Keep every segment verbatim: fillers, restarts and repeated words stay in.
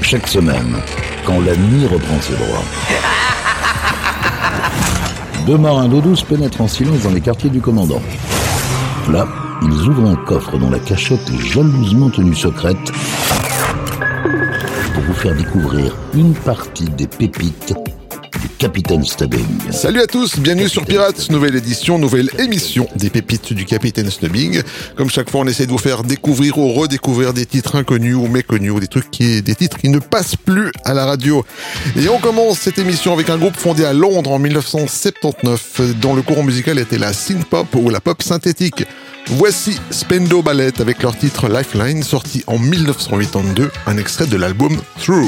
Chaque semaine, quand la nuit reprend ses droits. Deux marins d'eau douce pénètrent en silence dans les quartiers du commandant. Là, ils ouvrent un coffre dont la cachette est jalousement tenue secrète pour vous faire découvrir une partie des pépites du Capitaine Stubbing. Salut à tous, bienvenue sur Pirates, nouvelle édition, nouvelle émission des pépites du Capitaine Stubbing. Comme chaque fois, on essaie de vous faire découvrir ou redécouvrir des titres inconnus ou méconnus, ou des trucs qui, des titres qui ne passent plus à la radio. Et on commence cette émission avec un groupe fondé à Londres en dix-neuf cent soixante-dix-neuf, dont le courant musical était la synth-pop ou la pop synthétique. Voici Spandau Ballet avec leur titre Lifeline, sorti en dix-neuf cent quatre-vingt-deux, un extrait de l'album Through.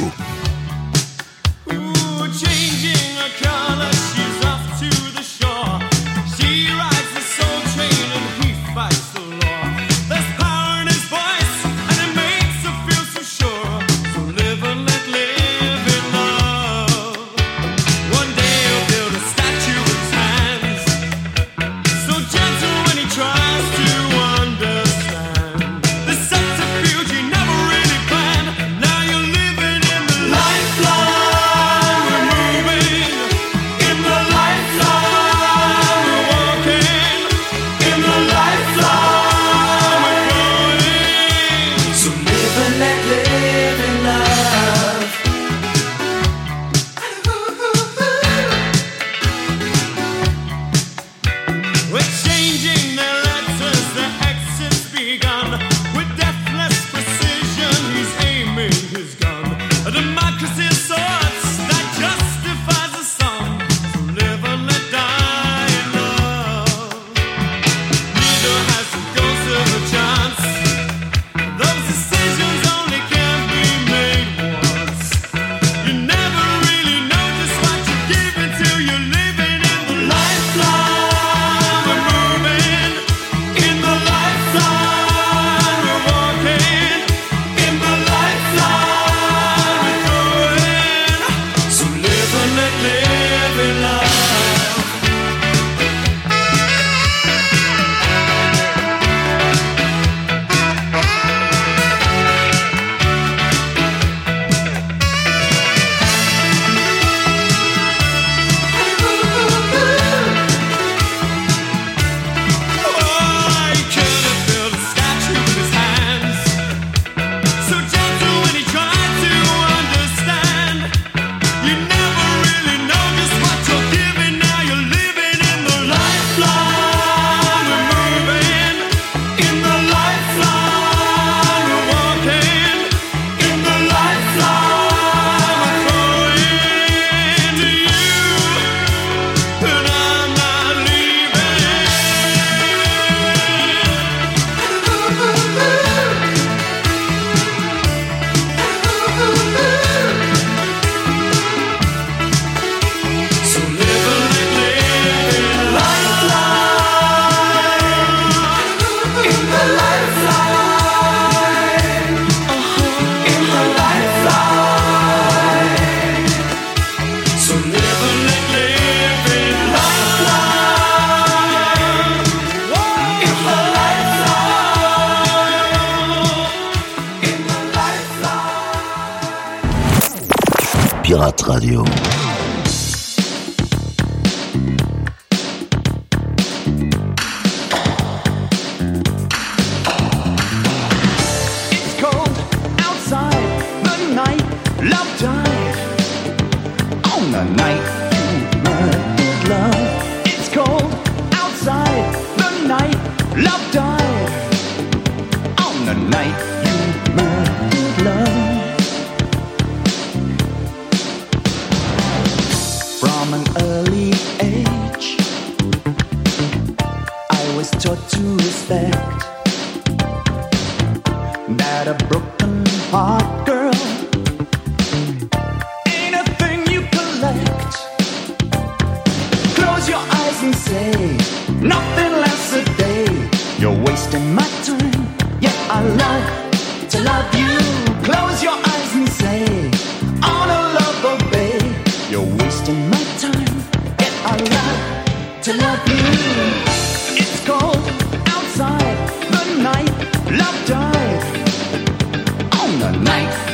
Pirate Radio. Night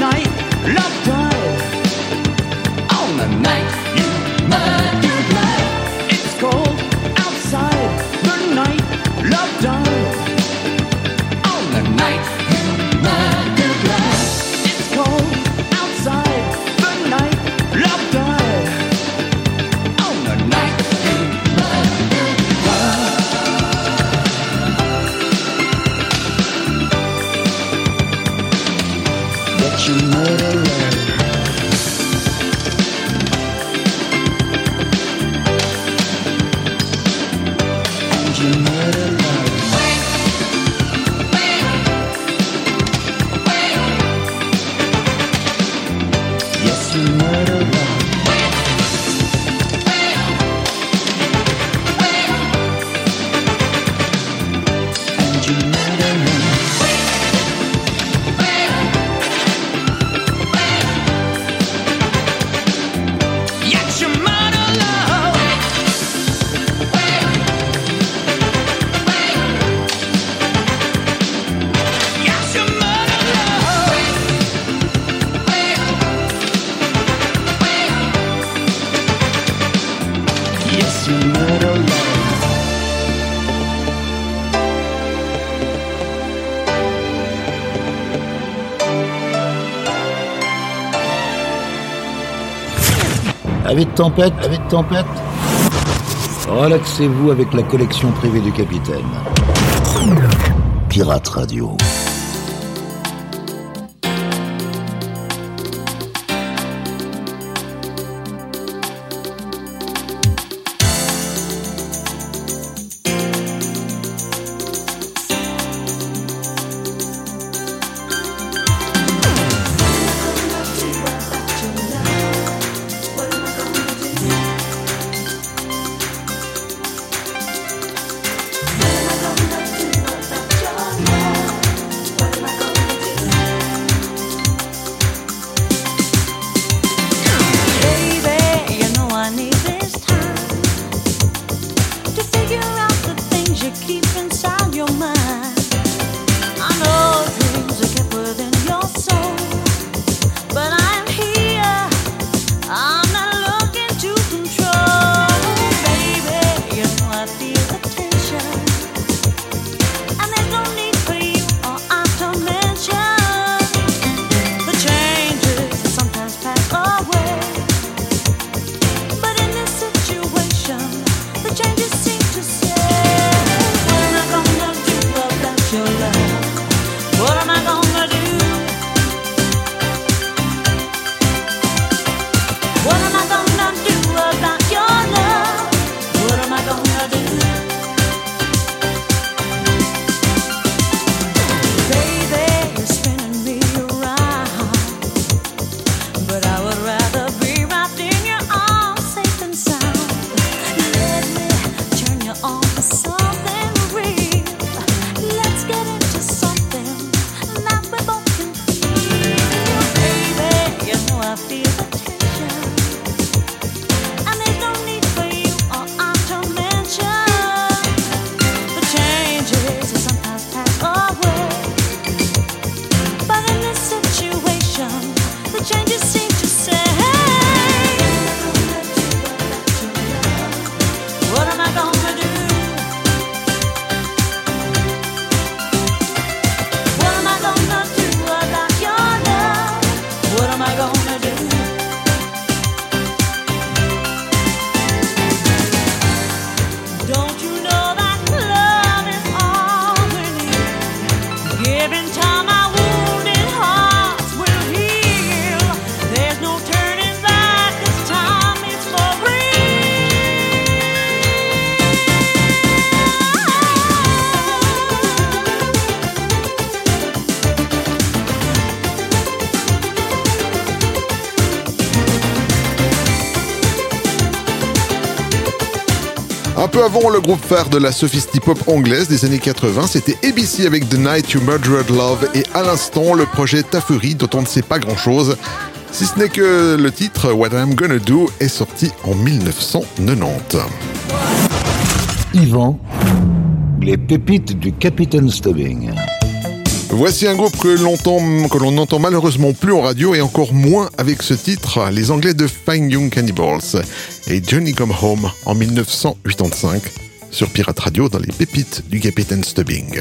night love died. On the night you murdered love. It's cold outside. The night love died. On the night you murdered love. It's cold outside. The night love died. On the night you murdered love. That you murder love. And you murder love. Yes, you murder love. And you murder love. Yes, you murder love. Yes, you murder love. Yes, you murder love. Avis de tempête, avis de tempête. Relaxez-vous avec la collection privée du capitaine. Pirate Radio. Baby, you know I need this time to figure out the things you keep inside your mind. I know dreams are kept within your soul, but I'm here. I'm not looking to control. Baby, you know I feel the tension, and there's no need for you or I to mention the changes that sometimes pass away. But in this situation, the changes seem to say, what am I gonna do about your love? What am I gonna do? What am I gonna do about your love? What am I gonna do? Baby, you're spinning me around, but I would rather be wrapped in your arms, safe and sound. Let me turn you on to something real. Let's get into something that we both can feel. Baby, you know I feel the tension, and there's no need for you or I to mention the changes that sometimes pass away. But in this situation, the changes seem to say, what am I gonna do? What am I gonna do about your love? What am I gonna do? Don't you know that love is all we need? Giving time our wounded hearts will heal. There's no turning back. This time it's for Un peu avant, le groupe phare de la sophistipop anglaise des années quatre-vingts, c'était A B C avec The Night You Murdered Love, et à l'instant, le projet Tafury, dont on ne sait pas grand-chose, si ce n'est que le titre What I'm Gonna Do est sorti en dix-neuf cent quatre-vingt-dix. Yvan, les pépites du Capitaine Stubbing. Voici un groupe que l'on entend, que l'on n'entend malheureusement plus en radio et encore moins avec ce titre, les Anglais de Fine Young Cannibals et Johnny Come Home en mille neuf cent quatre-vingt-quinze sur Pirate Radio dans les pépites du Capitaine Stubbing.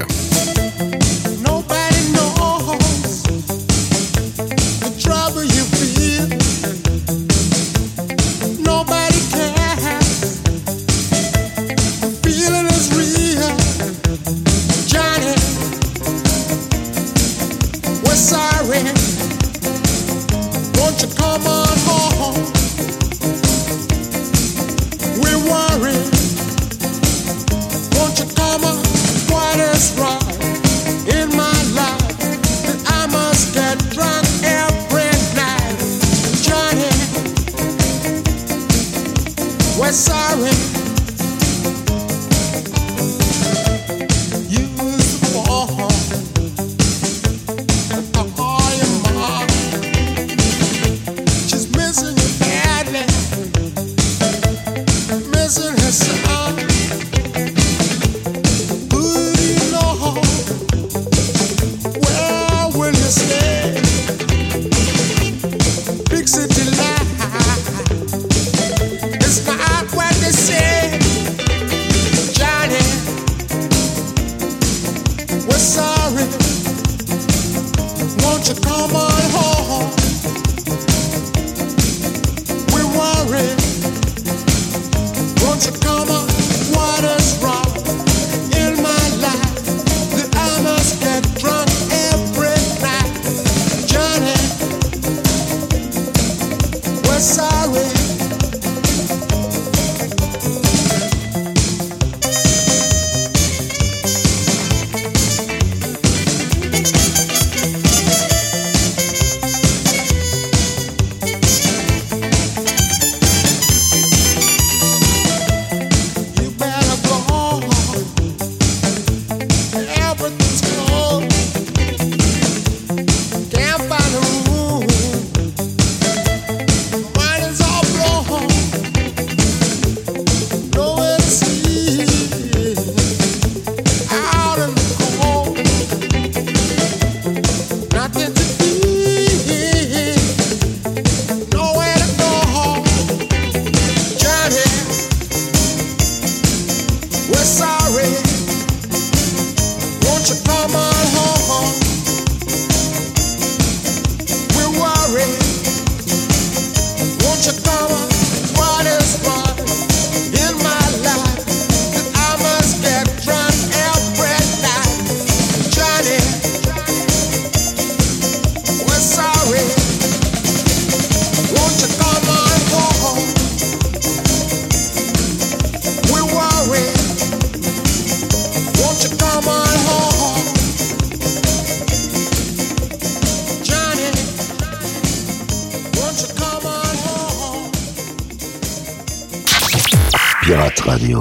Pirate Radio.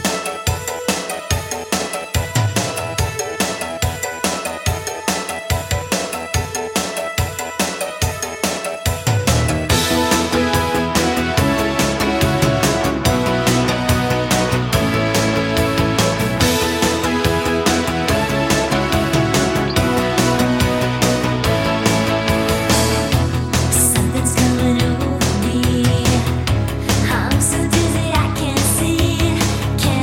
Something's coming over me. I'm so dizzy I can't see. Can't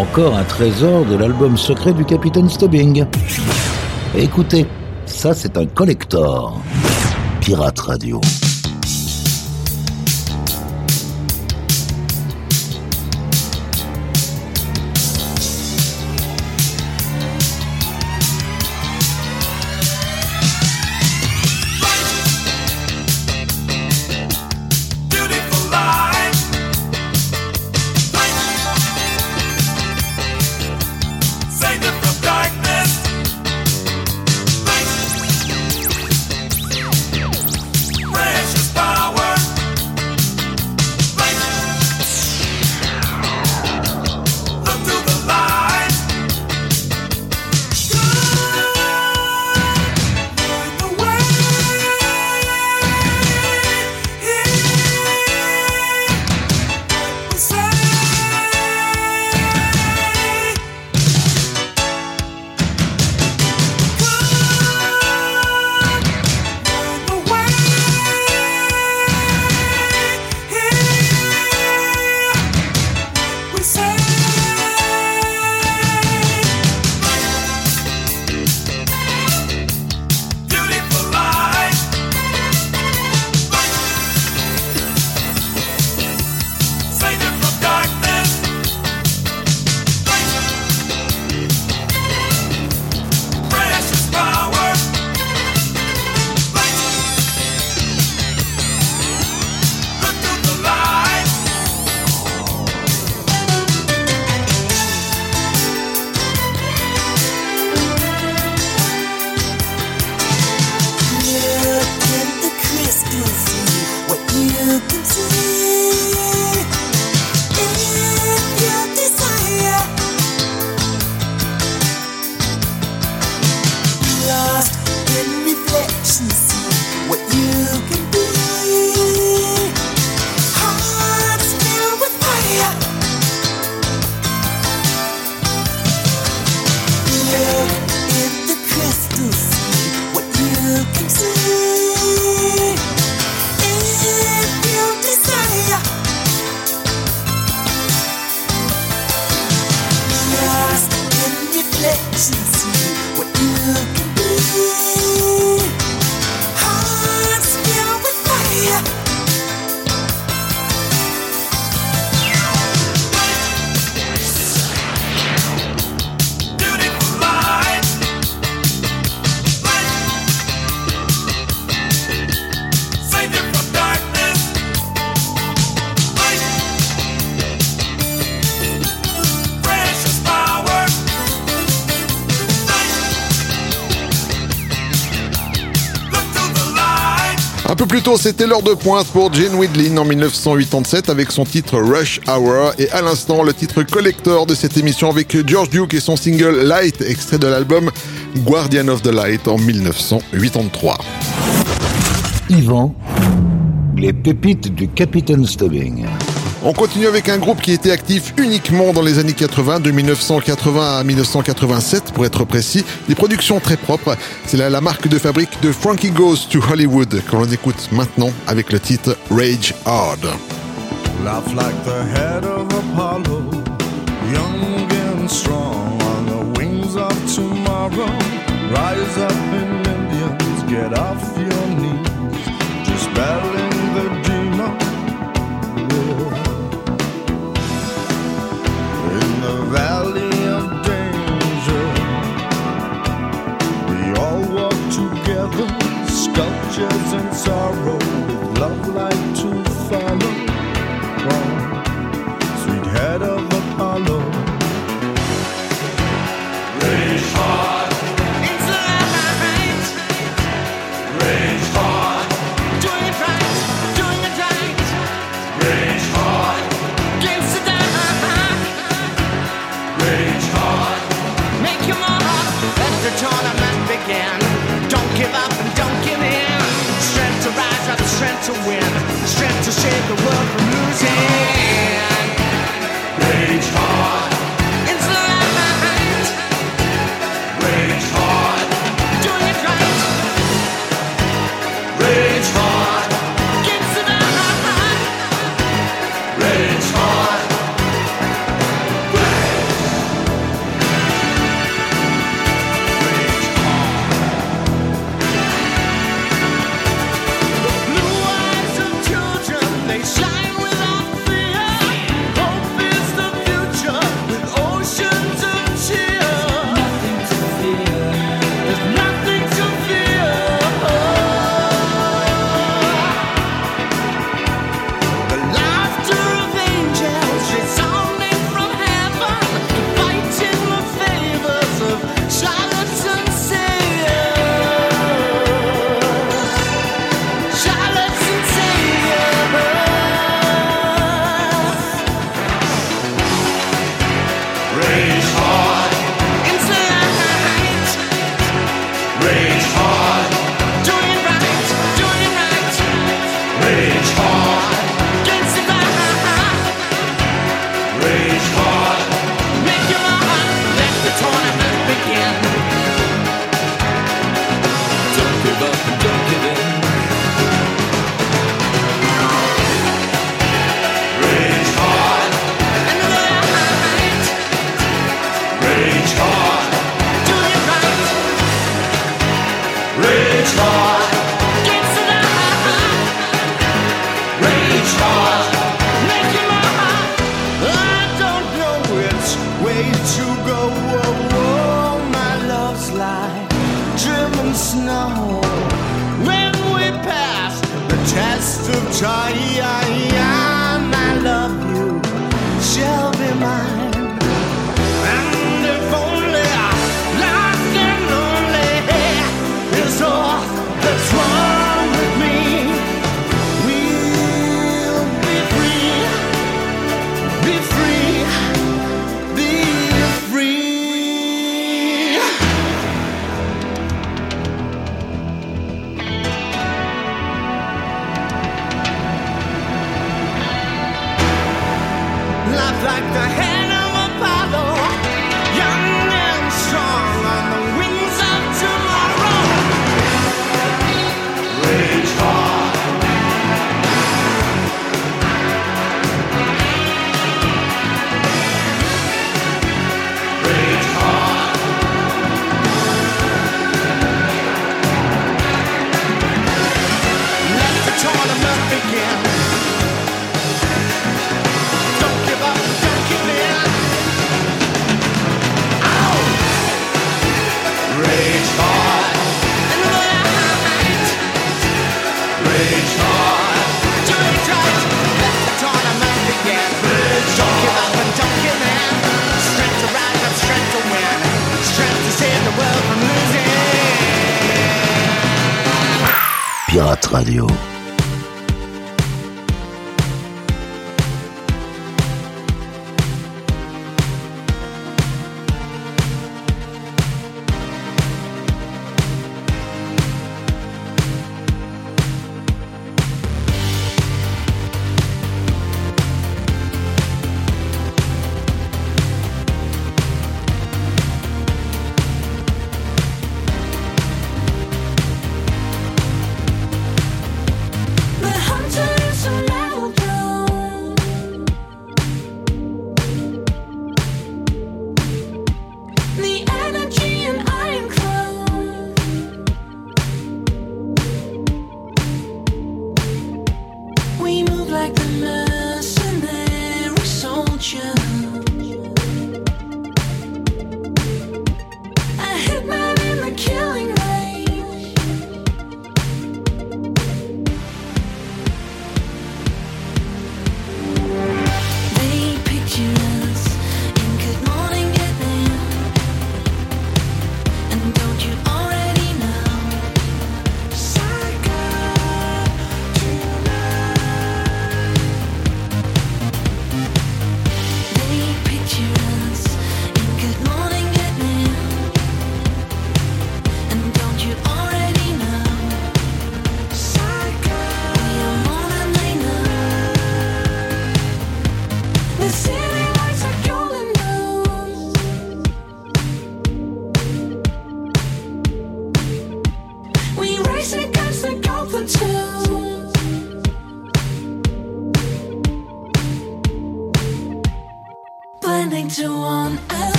encore un trésor de l'album secret du Capitaine Stubbing. Écoutez, ça c'est un collector. Pirate Radio. Un peu plus tôt, c'était l'heure de pointe pour Gene Widlin en dix-neuf cent quatre-vingt-sept avec son titre Rush Hour et à l'instant le titre collector de cette émission avec George Duke et son single Light, extrait de l'album Guardian of the Light en dix-neuf cent quatre-vingt-trois. Yvan, les pépites du Capitaine Stubbing. On continue avec un groupe qui était actif uniquement dans les années quatre-vingts, de dix-neuf cent quatre-vingts à dix-neuf cent quatre-vingt-sept pour être précis. Des productions très propres. C'est la, la marque de fabrique de Frankie Goes to Hollywood que l'on écoute maintenant avec le titre Rage Hard. Laugh like the head of Apollo, young and strong on the wings of tomorrow. Rise up in millions, get off your knees, dispelling the demon. In the valley of danger, we all walk together, sculptures in sorrow, with love light to follow. Sweet head of Apollo, rage hard, it's the right, rage hard, do it right. time I love you shall be mine. And if only lost and lonely is all that's wrong with me, we'll be free, be free, be free. Life like the hand of Apollo, young and strong on the wings of tomorrow. Rage hard. Rage hard. Let the tournament begin. Don't give up, don't give in. Ow! Rage hard. And light. Rage hard. Do it right. Let the tournament begin. Don't give up and don't give in. Strength to rise up, strength to win. Strength to save the world from losing. Pirate Radio.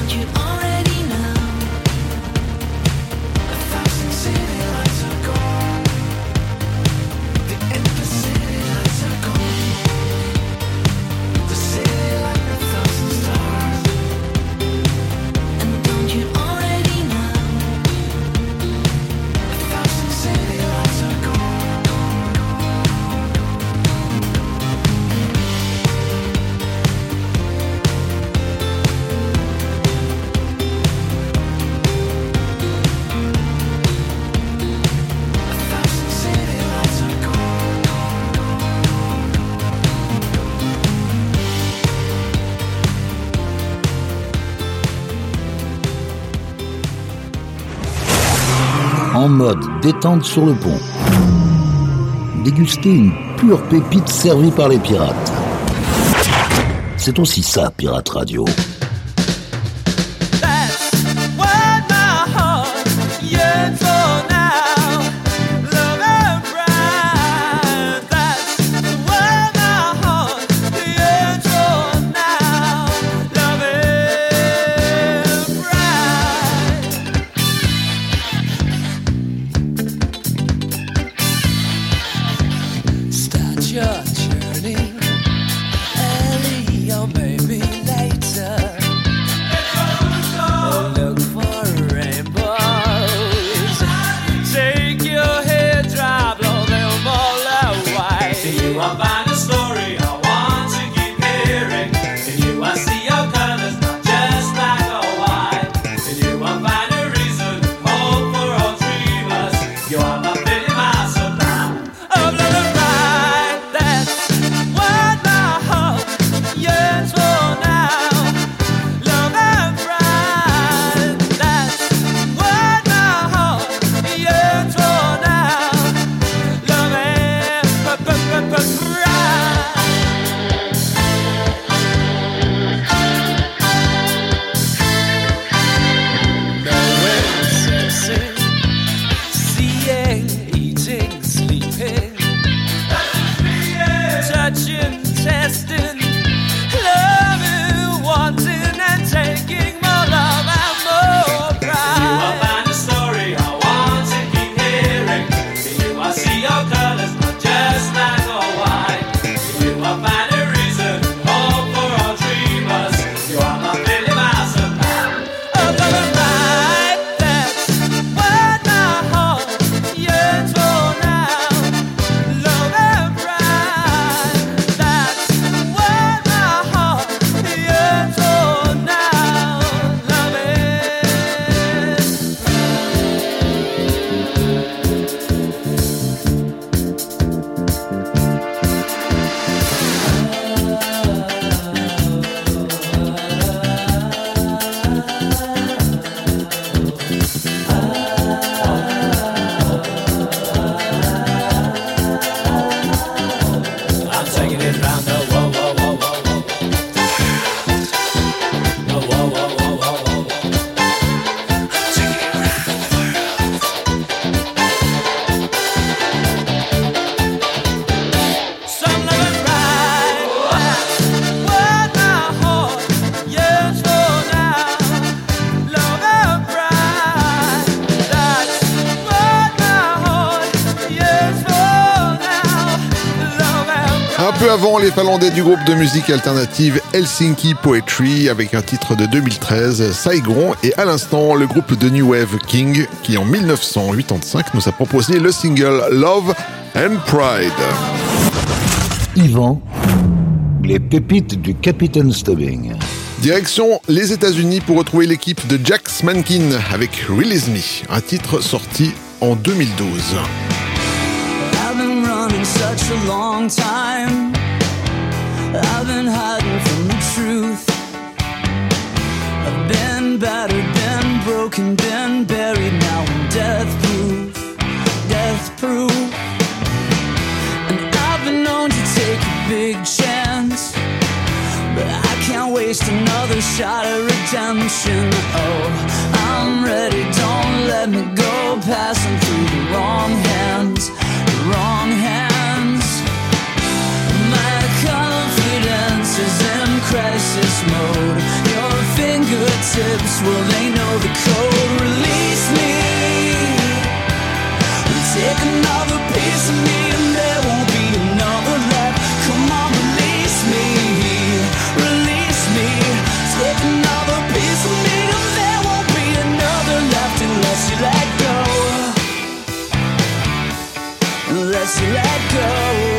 En mode détente sur le pont. Déguster une pure pépite servie par les pirates. C'est aussi ça, Pirate Radio. Peu avant, les Finlandais du groupe de musique alternative Helsinki Poetry avec un titre de deux mille treize, Saigon, et à l'instant le groupe de New Wave King qui en dix-neuf cent quatre-vingt-quinze nous a proposé le single Love and Pride. Yvan, les pépites du Capitaine Stubbing. Direction les États-Unis pour retrouver l'équipe de Jack Mankin avec Release Me, un titre sorti en deux mille douze. I've been running such a long time. I've been hiding from the truth. I've been battered, been broken, been buried. Now I'm death proof, death proof. And I've been known to take a big chance, but I can't waste another shot at redemption. Oh, I'm ready, don't let me go. Passing through the wrong hands, the wrong hands. My confidence is in crisis mode. Your fingers tips, well they know the code. Release me, take another piece of me, and there won't be another left. Come on, release me, release me, take another piece of me, and there won't be another left unless you let go, unless you let go.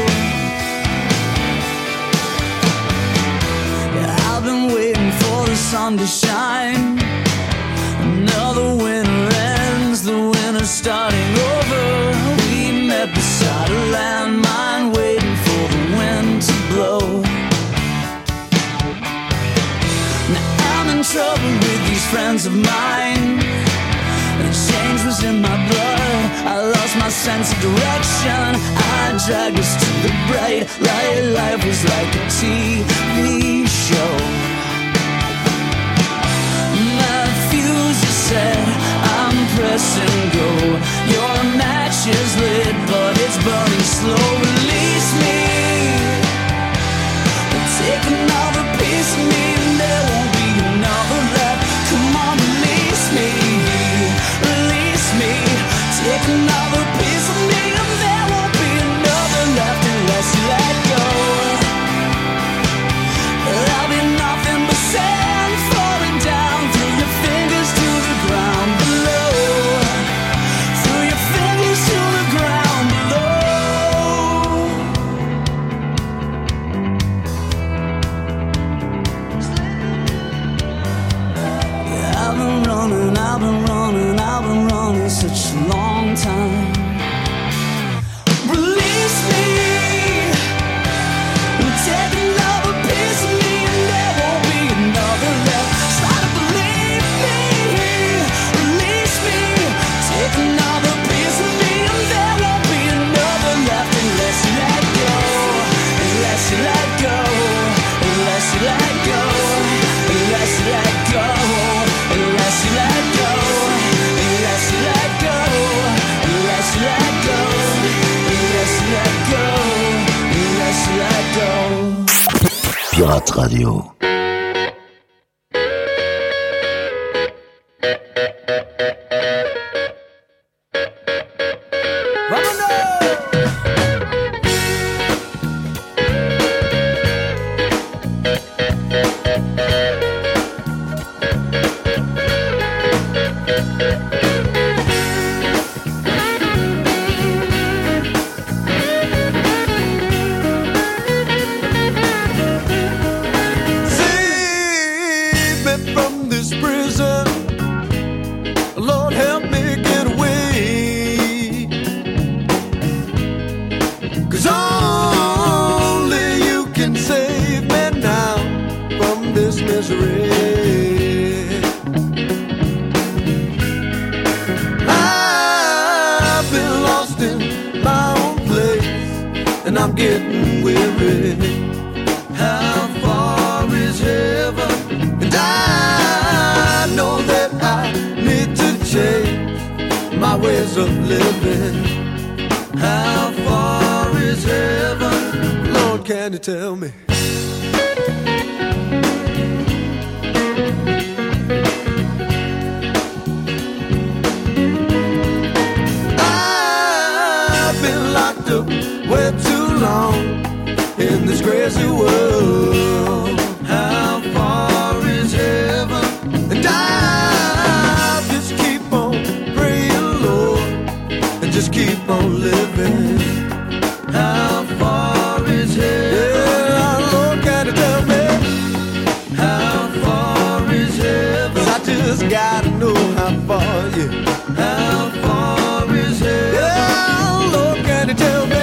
Yeah, I've been waiting for the sun to shine. Another winter ends, the winter's starting over. We met beside a landmine, waiting for the wind to blow. Now I'm in trouble with these friends of mine. The change was in my blood, I lost my sense of direction. I dragged us to the bright light, life was like a T V show. My fuse is set, I'm pressing go. Your match is lit, but it's burning slow. Release me, take another piece of me, and there won't be another left. Come on, release me, release me, take another piece of me, and there won't be another left unless you let go. There'll be nothing but sand falling down through your fingers to the ground below, through your fingers to the ground below. Yeah, I've been running, I've been running, I've been running such a long time. Release me, take another piece of me, and there won't be another left. Try to believe me, release me, take another piece of me, and there won't be another left unless you let go, unless you let go, unless you let go, unless you let go, unless you let go, unless you let go, unless you let go, unless you let go, unless you let go. Pirate Radio. Save me from this prison. Lord, help me get away. 'Cause only you can save me now from this misery. I've been lost in my own place, and I'm getting weary. How far is heaven? And I know that I need to change my ways of living. How far is heaven? Lord, can you tell me? I've been locked up way too long in this crazy world. How far is heaven? And I just keep on praying, Lord, and just keep on living. How far is heaven? Yeah, Lord, can you tell me? How far is heaven? 'Cause I just gotta know how far, yeah. How far is heaven? Yeah, Lord, can you tell me?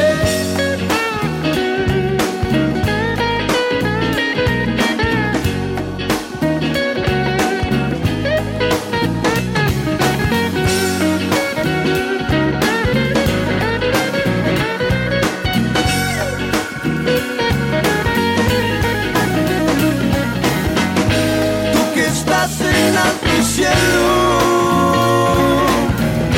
Tú que estás en alto cielo,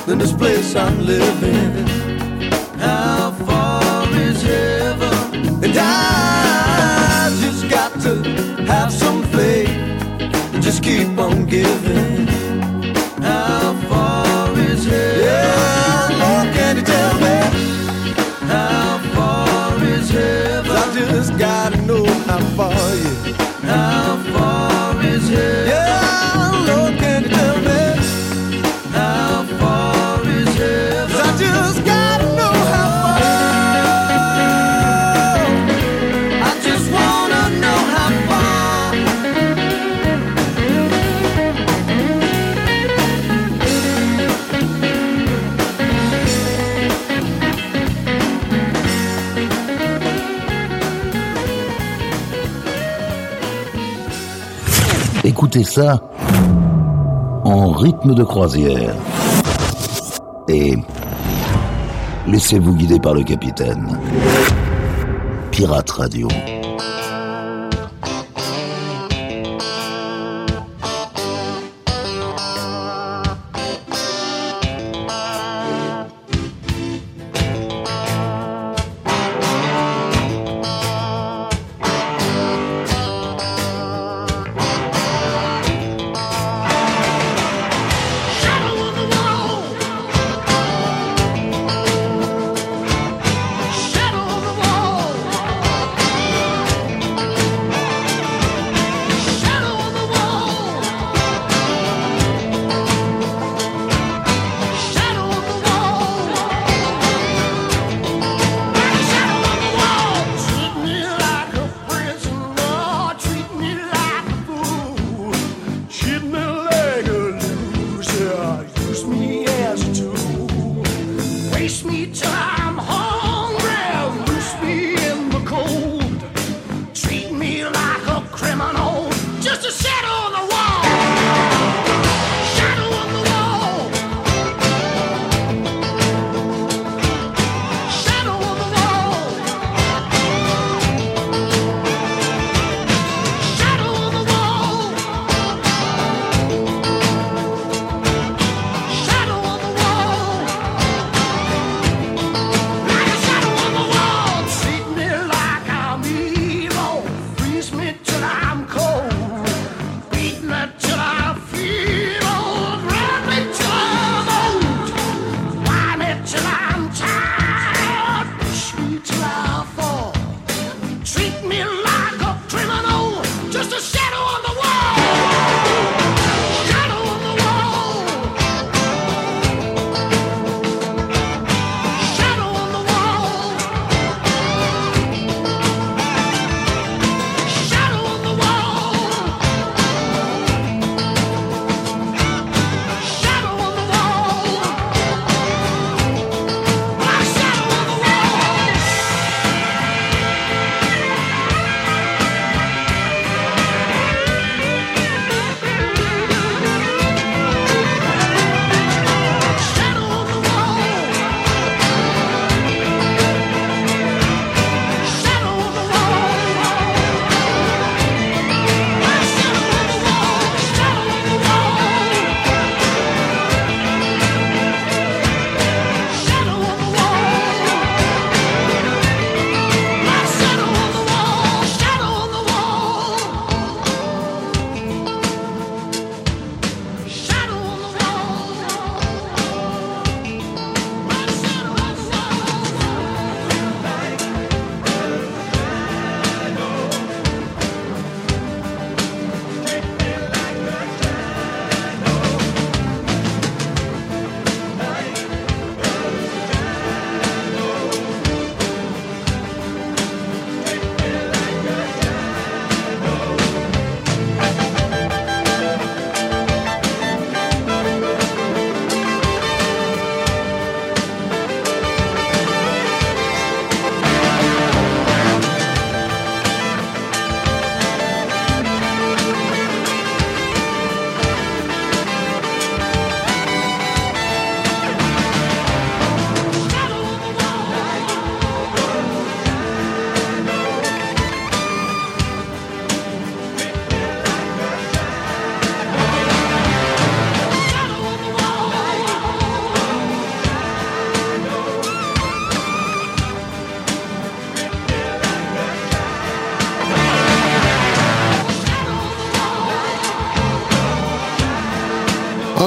than this place I'm living. How far is heaven? And I just got to have some faith and just keep on giving. How far is heaven? Yeah, Lord, can you tell me? How far is heaven? I just gotta know how far, yeah. How far is heaven? Yeah, Lord, can you tell me? How far is heaven? I just gotta know how far. I just wanna know how far. Écoutez ça en rythme de croisière. Et laissez-vous guider par le capitaine. Pirate Radio. Shadow on the wall.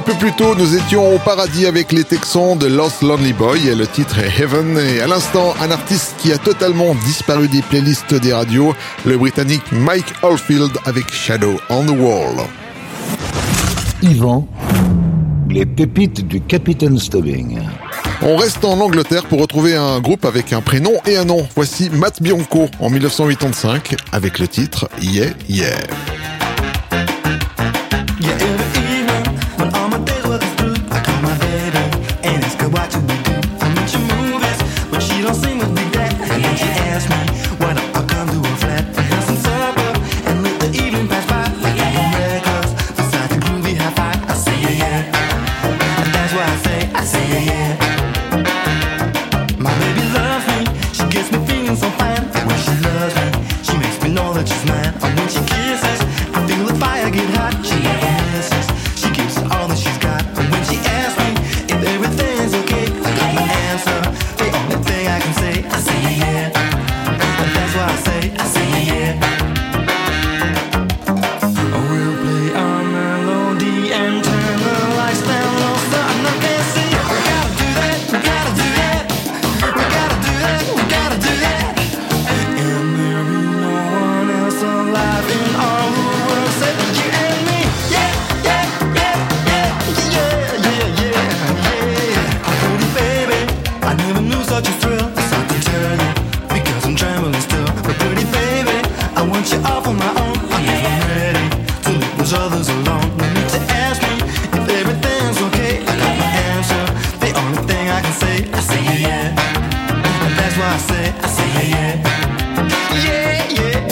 peu plus tôt, nous étions au paradis avec les Texans de Lost Lonely Boy et le titre est Heaven. Et à l'instant, un artiste qui a totalement disparu des playlists des radios, le Britannique Mike Oldfield avec Shadow on the Wall. Yvan, les pépites du Capitaine Stubbing. On reste en Angleterre pour retrouver un groupe avec un prénom et un nom. Voici Matt Bianco en dix-neuf cent quatre-vingt-quinze avec le titre Yeah Yeah. Yeah, every evening when all my days work is through, I call my baby and ask her what do we do. I mention movies, but she don't seem to be that. And then she asks me when I'll come to her flat and have some supper and let the evening pass by. Like playing records beside the groovy hi-fi. I say yeah yeah, and that's why I say I say yeah yeah. My baby loves me, she gets me feeling so fine. When she loves me, she makes me know that she's mine. And when she kisses, I feel the fire get hot. She never misses, she gives all that she's got. And when she asks me if everything's okay, I got my answer. The only thing I can say, I say yeah yeah. And that's why I say, I say yeah yeah. Oh, we'll play our melody and turn the lights down low so I can see. We gotta do that, we gotta do that. We gotta do that, we gotta do that. And there be no one else alive in all the world except you and me. Yeah, yeah, yeah, yeah, yeah, yeah, yeah, yeah. Oh, pretty baby, I never knew such a thrill. It's hard to tell you because I'm trembling still. But pretty baby, I want you all for my own. I'm never ready to leave those others alone. No need to ask me if everything's okay. I got my answer. The only thing I can say, I say yeah, yeah. And that's why I say, I say yeah, yeah. Yeah, yeah.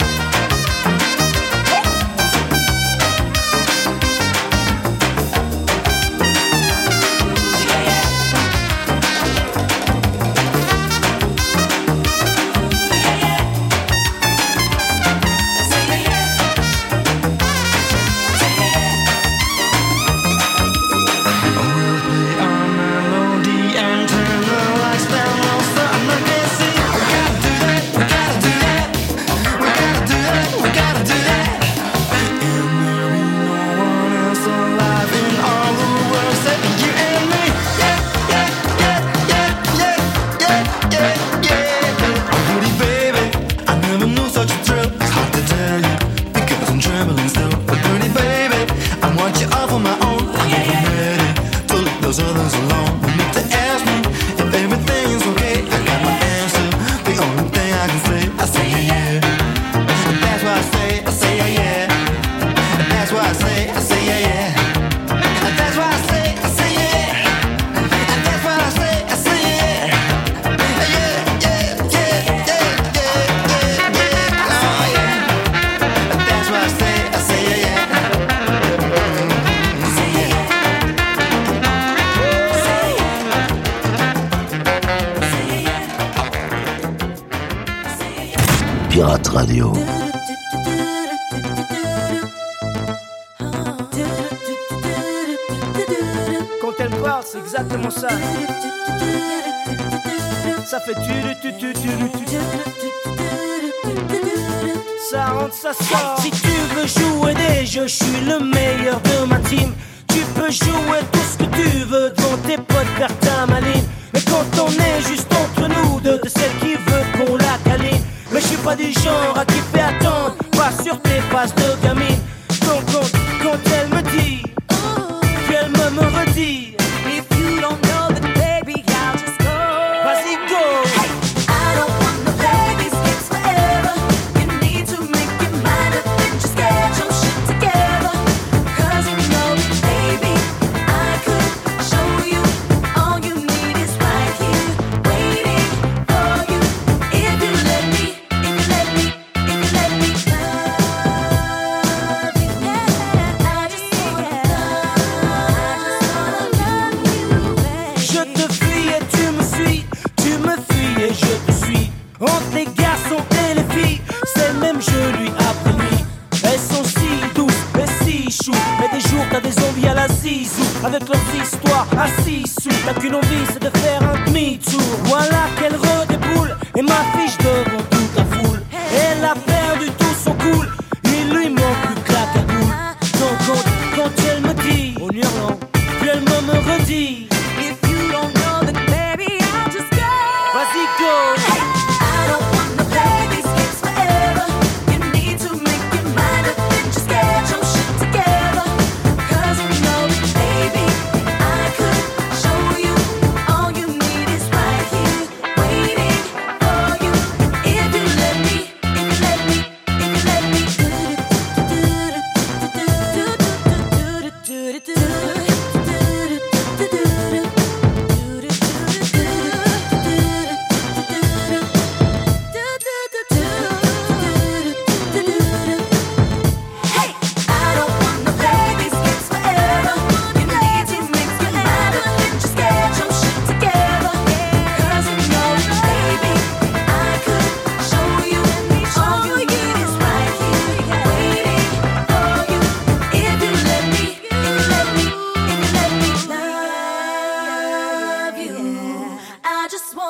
Oh, we'll play our melody and turn the lights down low so I can see. We gotta do that, we gotta do that. We gotta do that, we gotta do that. And there be no one else alive in all the world except you and me. Yeah, yeah, yeah, yeah, yeah, yeah, yeah, yeah. Oh, pretty baby, I never knew such a thrill. It's hard to tell you because I'm trembling still. But pretty baby, I want you all for my own. I'm never ready to leave those others alone. No need to ask me if everything's okay. I got my answer. The only thing I can say, I say yeah yeah. And that's why I say, I say yeah yeah. And that's why I say, I say yeah yeah. And that's why I say, I say yeah. And that's why I say, I say yeah. Yeah, yeah, yeah, yeah, yeah, yeah, yeah. Oh yeah. And that's why I say, I say yeah yeah. Say yeah. Pirate Radio. Quand elle parle, c'est exactement ça. Ça fait tu tu tu tu tu tu. Ça rentre, ça sort. Si tu veux jouer des jeux, je suis le meilleur de ma team. Tu peux jouer tout ce que tu veux devant tes potes, faire ta maline. Mais quand on est juste entre nous deux, de celle qui veut qu'on la câline. Mais je suis pas du genre à qui fait attendre, pas sur tes faces de gamine. Donc quand, quand elle me dit, qu'elle me me redit, If you don't know that, baby, I'll just go. vas-y go. I don't want no baby skips forever. You need to make your mind up and just get your shit together. 'Cause you know, baby, I could show you all you need is right here, waiting for you. If you let me, if you let me, if you let me love you, yeah. I just wanna love, I just wanna love you, baby. Je te fuis et tu me suis, tu me fuis et je te suis. Entre les garçons et les filles, c'est le même jeu lui après lui. Elles sont si douces et si chou, mais des jours t'as des envies à la zizou. Avec leurs histoires à six sous, t'as qu'une envie c'est de faire un demi-tour. Voilà qu'elle redéboule et m'affiche devant toute la foule. Elle a perdu tout son cool, il lui manque plus que la cagoule. Donc quand, quand elle me dit en hurlant,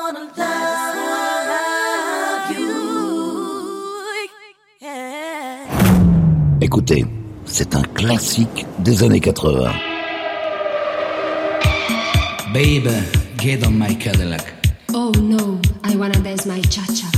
wanna love you. Yeah. Écoutez, c'est un classique des années quatre-vingts. Babe, get on my Cadillac. Oh no, I wanna dance my cha-cha.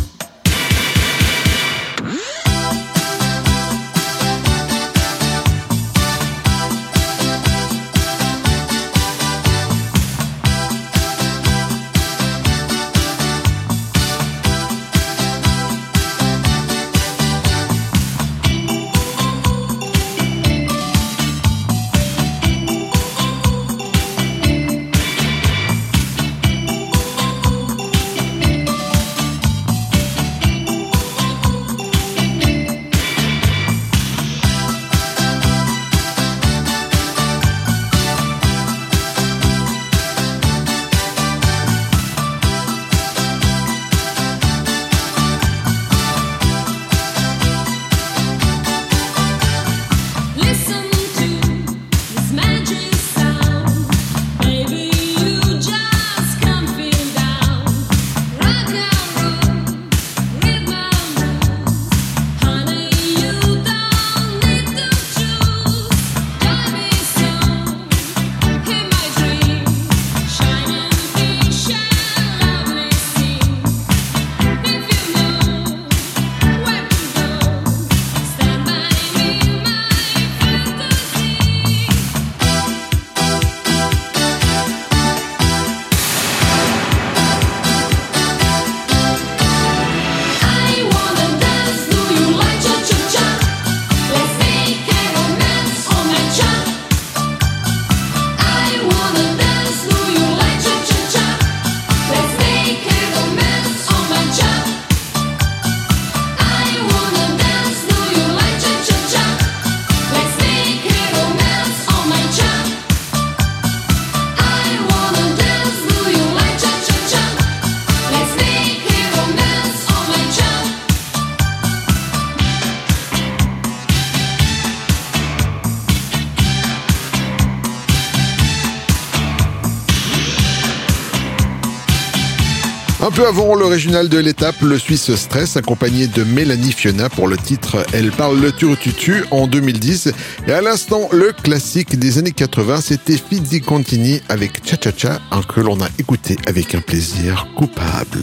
Un peu avant le régional de l'étape, le Suisse Stress, accompagné de Mélanie Fiona pour le titre « Elle parle le turututu » en deux mille dix. Et à l'instant, le classique des années quatre-vingts, c'était Fizzy Contini avec Cha Cha Cha, un que l'on a écouté avec un plaisir coupable.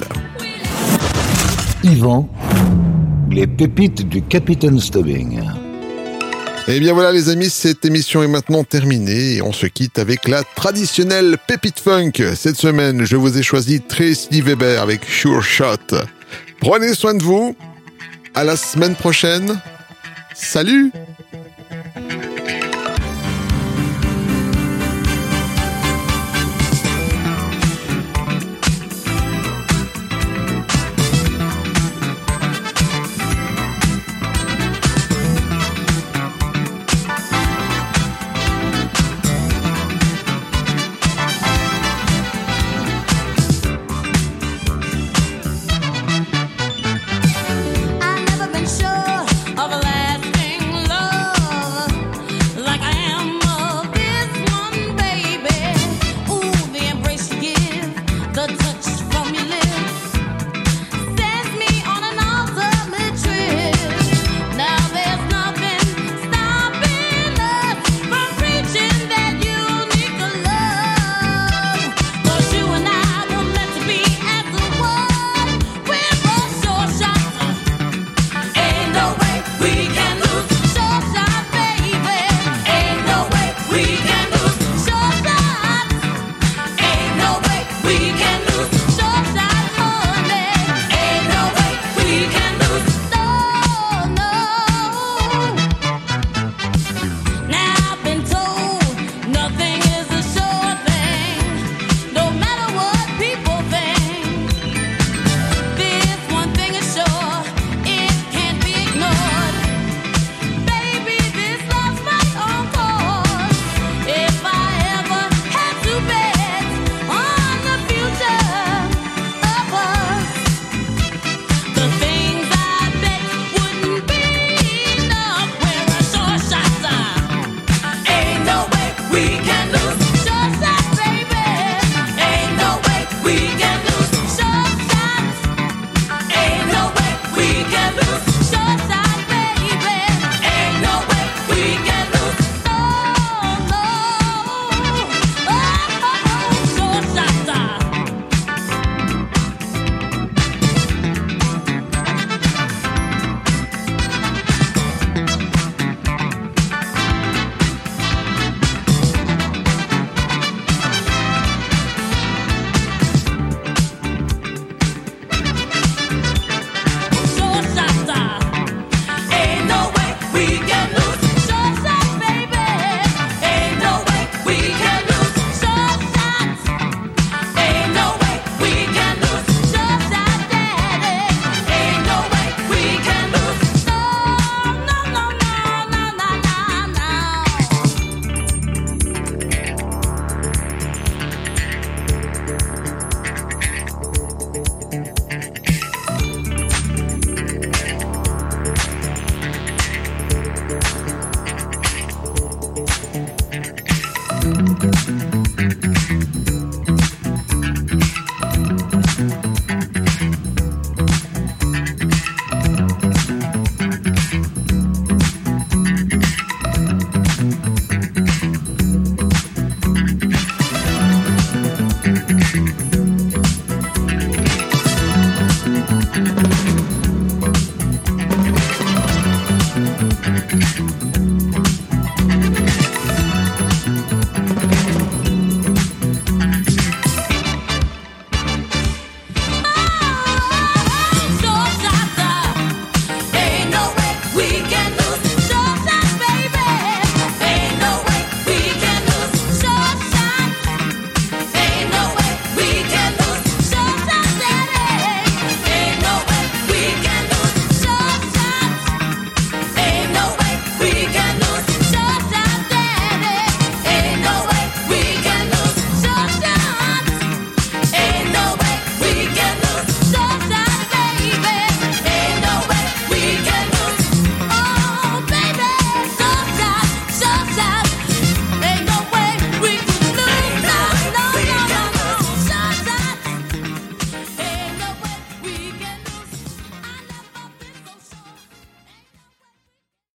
Yvan, les pépites du Capitaine Stubbing. Et bien voilà les amis, cette émission est maintenant terminée et on se quitte avec la traditionnelle pépite funk. Cette semaine, je vous ai choisi Tracy Weber avec Sure Shot. Prenez soin de vous. À la semaine prochaine. Salut!